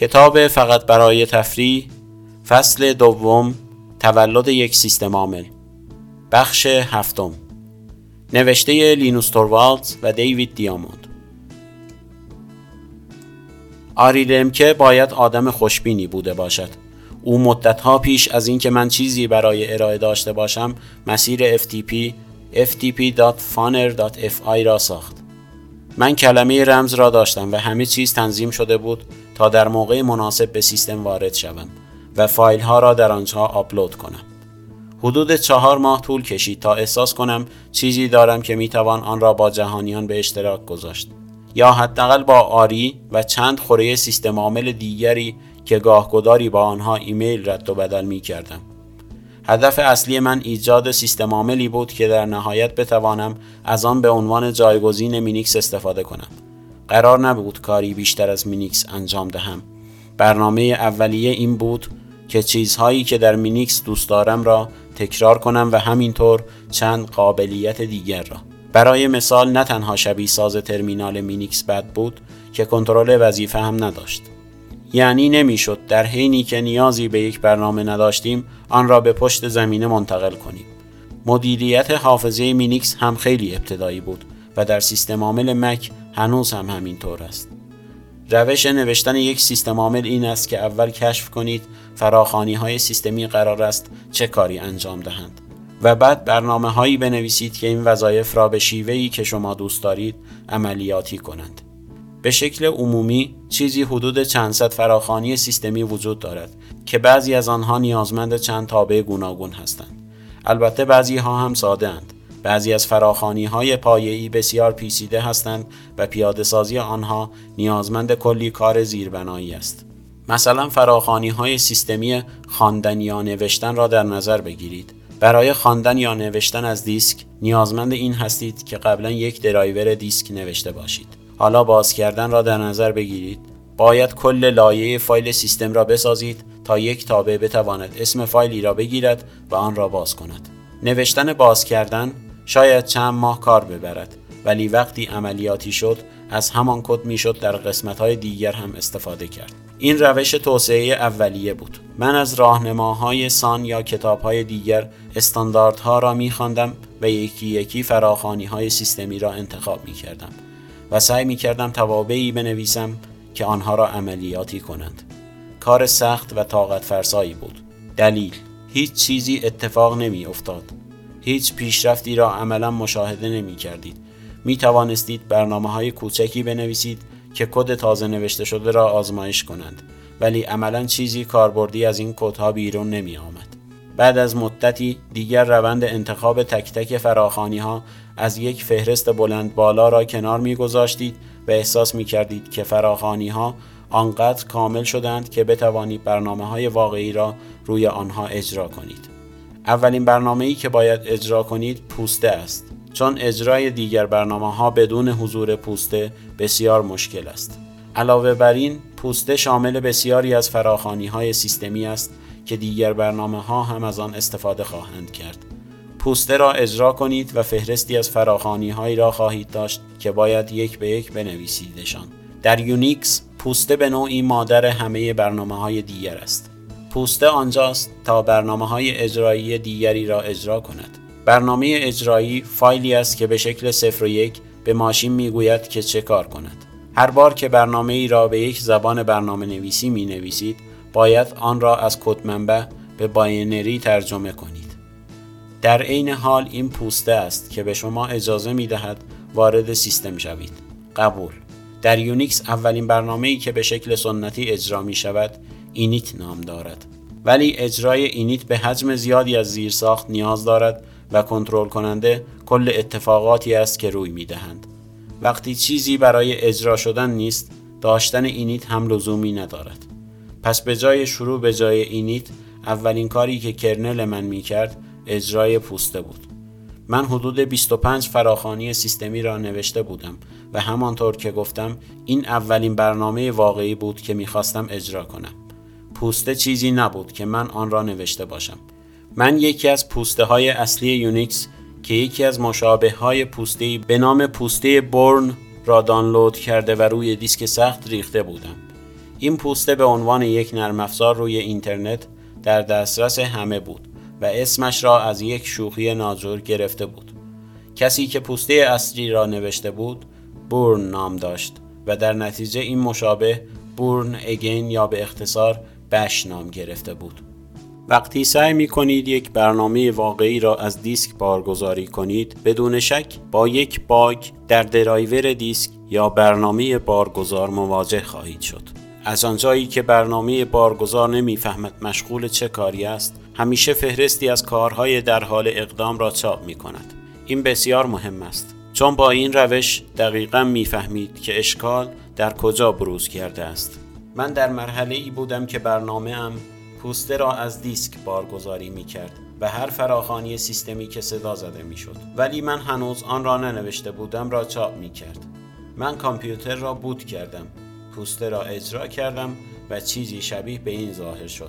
کتاب فقط برای تفریح، فصل دوم، تولد یک سیستم عامل، بخش هفتم، نوشته لینوس توروالدز و دیوید دیاموند. آری رمکه باید آدم خوشبینی بوده باشد. او مدتها پیش از اینکه من چیزی برای ارائه داشته باشم، مسیر ftp.funer.fi را ساخت. من کلمه رمز را داشتم و همه چیز تنظیم شده بود تا در موقع مناسب به سیستم وارد شوم و فایل ها را در آنجا آپلود کنم. حدود 4 ماه طول کشید تا احساس کنم چیزی دارم که میتوان آن را با جهانیان به اشتراک گذاشت، یا حداقل با آری و چند خوره سیستم عامل دیگری که گاهگداری با آنها ایمیل رد و بدل میکردم. هدف اصلی من ایجاد سیستم عاملی بود که در نهایت بتوانم از آن به عنوان جایگزین مینیکس استفاده کنم. قرار نبود کاری بیشتر از مینیکس انجام دهم. برنامه اولیه این بود که چیزهایی که در مینیکس دوست دارم را تکرار کنم و همینطور چند قابلیت دیگر را. برای مثال نه تنها شبیه ساز ترمینال مینیکس بد بود که کنترل وظیفه هم نداشت. یعنی نمیشد در حینی که نیازی به یک برنامه نداشتیم آن را به پشت زمینه منتقل کنیم. مدیریت حافظه مینیکس هم خیلی ابتدایی بود و در سیستم عامل مک هنوز هم همینطور است. روش نوشتن یک سیستم عامل این است که اول کشف کنید فراخوانی‌های سیستمی قرار است چه کاری انجام دهند و بعد برنامه‌هایی بنویسید که این وظایف را به شیوهی که شما دوست دارید عملیاتی کنند. به شکل عمومی چیزی حدود چند صد فراخوانی سیستمی وجود دارد که بعضی از آنها نیازمند چند تابع گوناگون هستند. البته بعضی ها هم ساده اند. بعضی از فراخوانی های پایه‌ای بسیار پیچیده هستند و پیاده سازی آنها نیازمند کلی کار زیربنایی است. مثلا فراخوانی های سیستمی خواندن یا نوشتن را در نظر بگیرید. برای خواندن یا نوشتن از دیسک نیازمند این هستید که قبلا یک درایور دیسک نوشته باشید. حالا باز کردن را در نظر بگیرید. باید کل لایه فایل سیستم را بسازید تا یک تابع بتواند اسم فایلی را بگیرد و آن را باز کند. نوشتن باز کردن شاید چند ماه کار ببرد، ولی وقتی عملیاتی شد از همان کد میشد در قسمت‌های دیگر هم استفاده کرد. این روش توسعه اولیه بود. من از راهنماهای سان یا کتاب‌های دیگر استانداردها را می‌خواندم و یکی یکی فراخوانی‌های سیستمی را انتخاب می‌کردم و سعی می‌کردم توابعی بنویسم که آنها را عملیاتی کنند. کار سخت و طاقت فرسایی بود. دلیل: هیچ چیزی اتفاق نمی‌افتاد. هیچ پیشرفتی را عملاً مشاهده نمی‌کردید. می‌توانستید برنامه‌های کوچکی بنویسید که کد تازه نوشته شده را آزمایش کنند، ولی عملاً چیزی کاربردی از این کدها بیرون نمی‌آمد. بعد از مدتی دیگر روند انتخاب تک تک فراخوانی‌ها از یک فهرست بلند بالا را کنار می‌گذاشتید و احساس می‌کردید که فراخوانی‌ها آنقدر کامل شدند که بتوانید برنامه‌های واقعی را روی آنها اجرا کنید. اولین برنامه‌ای که باید اجرا کنید پوسته است، چون اجرای دیگر برنامه‌ها بدون حضور پوسته بسیار مشکل است. علاوه بر این، پوسته شامل بسیاری از فراخوانی‌های سیستمی است که دیگر برنامه‌ها هم از آن استفاده خواهند کرد. پوسته را اجرا کنید و فهرستی از فراخوانی‌هایی را خواهید داشت که باید یک به یک بنویسیدشان. در یونیکس پوسته به نوعی مادر همه برنامه‌های دیگر است. پوسته آنجاست تا برنامه‌های اجرایی دیگری را اجرا کند. برنامه اجرایی فایلی است که به شکل 0 و 1 به ماشین میگوید که چه کار کند. هر بار که برنامه‌ای را به یک زبان برنامه نویسی می نویسید، باید آن را از کد منبع به باینری ترجمه کنید. در عین حال این پوسته است که به شما اجازه می دهد وارد سیستم شوید. قبول. در یونیکس اولین برنامه‌ای که به شکل سنتی اجرا می شود اینیت نام دارد، ولی اجرای اینیت به حجم زیادی از زیرساخت نیاز دارد و کنترل کننده کل اتفاقاتی است که روی می دهند. وقتی چیزی برای اجرا شدن نیست، داشتن اینیت هم لزومی ندارد. پس به جای شروع به جای اینیت، اولین کاری که کرنل من می کرد اجرای پوسته بود. من حدود 25 فراخوانی سیستمی را نوشته بودم و همانطور که گفتم این اولین برنامه واقعی بود که می خواستم اجرا کنم. پوسته چیزی نبود که من آن را نوشته باشم. من یکی از پوسته های اصلی یونیکس که یکی از مشابه های پوسته‌ای به نام پوسته بورن را دانلود کرده و روی دیسک سخت ریخته بودم. این پوسته به عنوان یک نرم افزار روی اینترنت در دسترس همه بود و اسمش را از یک شوخی ناجور گرفته بود. کسی که پوسته اصلی را نوشته بود بورن نام داشت و در نتیجه این مشابه بورن اگین یا به اختصار بش نام گرفته بود. وقتی سعی می کنید یک برنامه واقعی را از دیسک بارگذاری کنید، بدون شک با یک باگ در درایور دیسک یا برنامه بارگذار مواجه خواهید شد. از آنجایی که برنامه بارگذار نمی‌فهمد مشغول چه کاری است، همیشه فهرستی از کارهای در حال اقدام را چاپ می کند. این بسیار مهم است، چون با این روش دقیقاً می‌فهمید که اشکال در کجا بروز کرده است. من در مرحله‌ای بودم که برنامه‌ام پوسته را از دیسک بارگذاری می‌کرد و هر فراخوانی سیستمی که صدا زده می‌شد، ولی من هنوز آن را ننوشته بودم را چاپ می‌کرد. من کامپیوتر را بوت کردم، پوسته را اجرا کردم و چیزی شبیه به این ظاهر شد: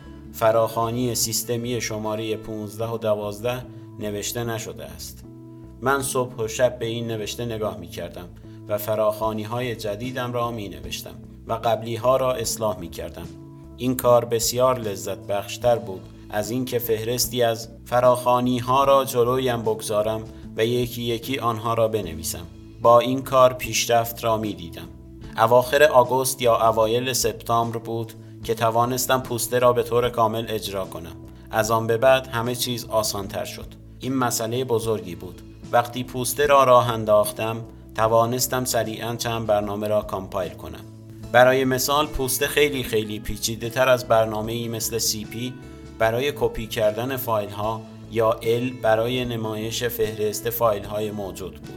فراخوانی سیستمی شماره 15 و 12 نوشته نشده است. من صبح و شب به این نوشته نگاه می‌کردم و فراخوانی‌های جدیدم را می‌نوشتم و قبلی‌ها را اصلاح می‌کردم. این کار بسیار لذت بخشتر بود از این که فهرستی از فراخوانی‌ها را جلویم بگذارم و یکی یکی آنها را بنویسم. با این کار پیشرفت را می‌دیدم. اواخر آگوست یا اوایل سپتامبر بود که توانستم پوسته را به طور کامل اجرا کنم. از آن به بعد همه چیز آسان‌تر شد. این مسئله بزرگی بود. وقتی پوسته را راه انداختم، توانستم سریعاً چند برنامه را کامپایل کنم. برای مثال پوسته خیلی پیچیده‌تر از برنامه‌ای مثل CP برای کپی کردن فایل‌ها یا L برای نمایش فهرست فایل‌های موجود بود.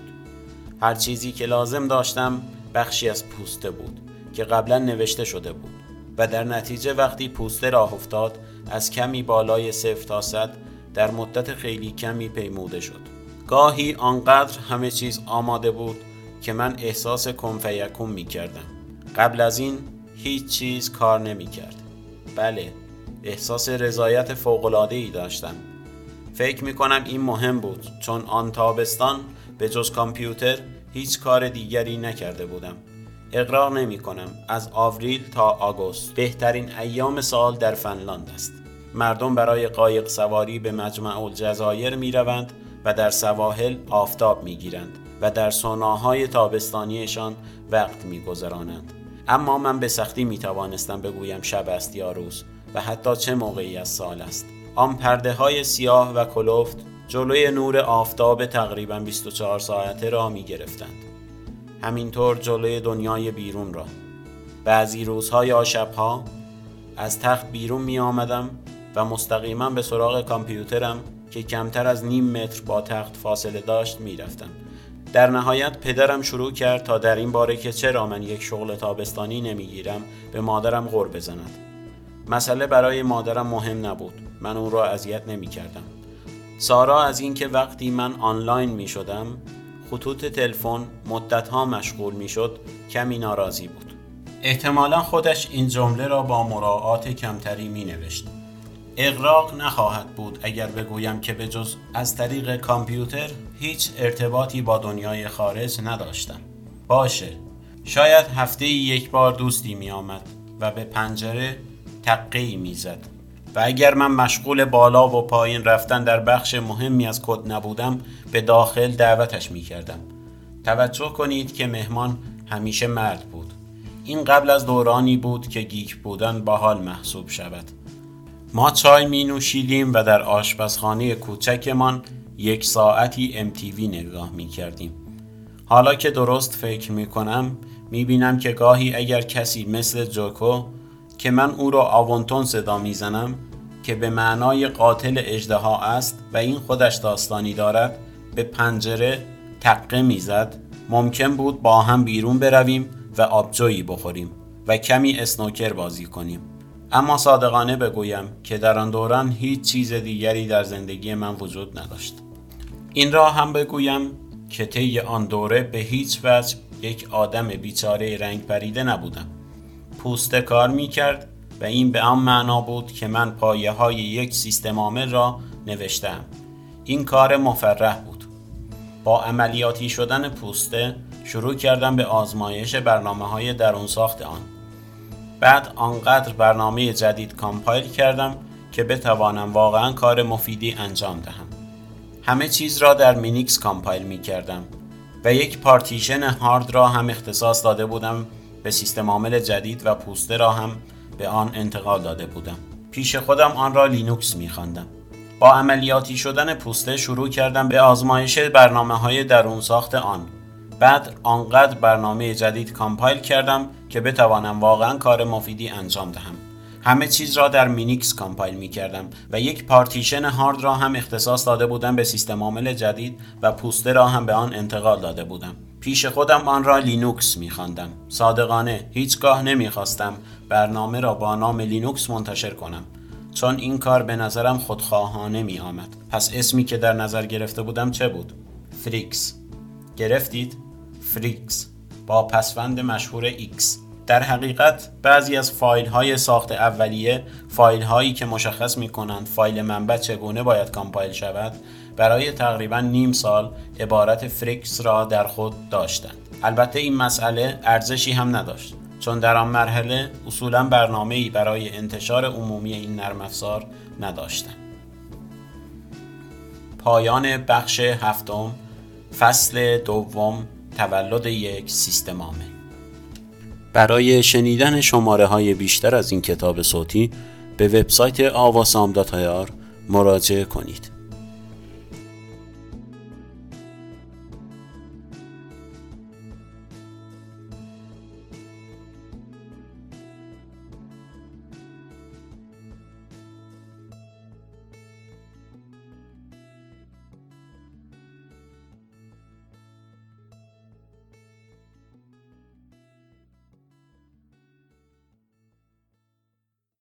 هر چیزی که لازم داشتم بخشی از پوسته بود که قبلا نوشته شده بود و در نتیجه وقتی پوسته راه افتاد از کمی بالای 0 تا 100 در مدت خیلی کمی پیموده شد. گاهی آنقدر همه چیز آماده بود که من احساس کن فیکون می کردم. قبل از این هیچ چیز کار نمی کرد. بله، احساس رضایت فوق‌العاده‌ای داشتم. فکر می کنم این مهم بود چون آن تابستان به جز کامپیوتر هیچ کار دیگری نکرده بودم. اقرار نمی کنم از آوریل تا آگوست بهترین ایام سال در فنلاند است. مردم برای قایق سواری به مجمع الجزایر می روند و در سواحل آفتاب می گیرند و در سوناهای تابستانیشان وقت می گذرانند. اما من به سختی می توانستم بگویم شب است یا روز و حتی چه موقعی از سال است. آن پرده های سیاه و کلفت جلوی نور آفتاب تقریباً 24 ساعته را می گرفتند. همینطور جلوی دنیای بیرون را. بعضی روزها یا شبها از تخت بیرون می آمدم و مستقیما به سراغ کامپیوترم که کمتر از نیم متر با تخت فاصله داشت می رفتم. در نهایت پدرم شروع کرد تا در این باره که چرا من یک شغل تابستانی نمی گیرم به مادرم غر بزند. مسئله برای مادرم مهم نبود. من اون را اذیت نمی کردم. سارا از این که وقتی من آنلاین می شدم خطوط تلفن مدتها مشغول می شد کمی ناراضی بود. احتمالا خودش این جمله را با مراعات کمتری می نوشت. اغراق نخواهد بود اگر بگویم که به جز از طریق کامپیوتر هیچ ارتباطی با دنیای خارج نداشتم. باشه، شاید هفته یک بار دوستی می آمد و به پنجره تقه‌ای می زد و اگر من مشغول بالا و پایین رفتن در بخش مهمی از کد نبودم به داخل دعوتش می کردم. توجه کنید که مهمان همیشه مرد بود. این قبل از دورانی بود که گیک بودن باحال محسوب شود. ما چای می نوشیدیم و در آشپزخانه کوچکمان 1 ساعتی MTV نگاه می کردیم. حالا که درست فکر می کنم می بینم که گاهی اگر کسی مثل جوکو که من او را آونتون صدا می زنم که به معنای قاتل اژدها است و این خودش داستانی دارد به پنجره تقه می زد، ممکن بود با هم بیرون برویم و آبجویی بخوریم و کمی اسنوکر بازی کنیم. اما صادقانه بگویم که در آن دوران هیچ چیز دیگری در زندگی من وجود نداشت. این را هم بگویم که طی آن دوره به هیچ وجه یک آدم بیچاره رنگ پریده نبودم. پوسته کار می کرد و این به آن معنا بود که من پایه های یک سیستم عامل را نوشتم. این کار مفرح بود. با عملیاتی شدن پوسته شروع کردم به آزمایش برنامه های درون ساخت آن. بعد آنقدر برنامه جدید کامپایل کردم که بتوانم واقعا کار مفیدی انجام دهم. همه چیز را در مینیکس کامپایل می کردم و یک پارتیشن هارد را هم اختصاص داده بودم به سیستم عامل جدید و پوسته را هم به آن انتقال داده بودم. پیش خودم آن را لینوکس می خواندم. با عملیاتی شدن پوسته شروع کردم به آزمایش برنامه‌های درون ساخت آن. بعد آنقدر برنامه جدید کامپایل کردم که بتوانم واقعا کار مفیدی انجام دهم. همه چیز را در مینیکس کامپایل می کردم و یک پارتیشن هارد را هم اختصاص داده بودم به سیستم عامل جدید و پوسته را هم به آن انتقال داده بودم. پیش خودم آن را لینوکس می خواندم. صادقانه هیچگاه نمی خواستم برنامه را با نام لینوکس منتشر کنم، چون این کار به نظرم خودخواهانه می آمد. پس اسمی که در نظر گرفته بودم چه بود؟ فریکس. گرفتید؟ فریکس با پسوند مشهور X. در حقیقت بعضی از فایل های ساخت اولیه، فایل هایی که مشخص می کنند فایل منبع چگونه باید کامپایل شود، برای تقریبا نیم سال عبارت فریکس را در خود داشتند. البته این مسئله ارزشی هم نداشت، چون در آن مرحله اصولا برنامه‌ای برای انتشار عمومی این نرم افزار نداشتم. پایان بخش 7، فصل 2، تولد یک سیستم عامل. برای شنیدن شماره‌های بیشتر از این کتاب صوتی به وبسایت avasam.ir مراجعه کنید.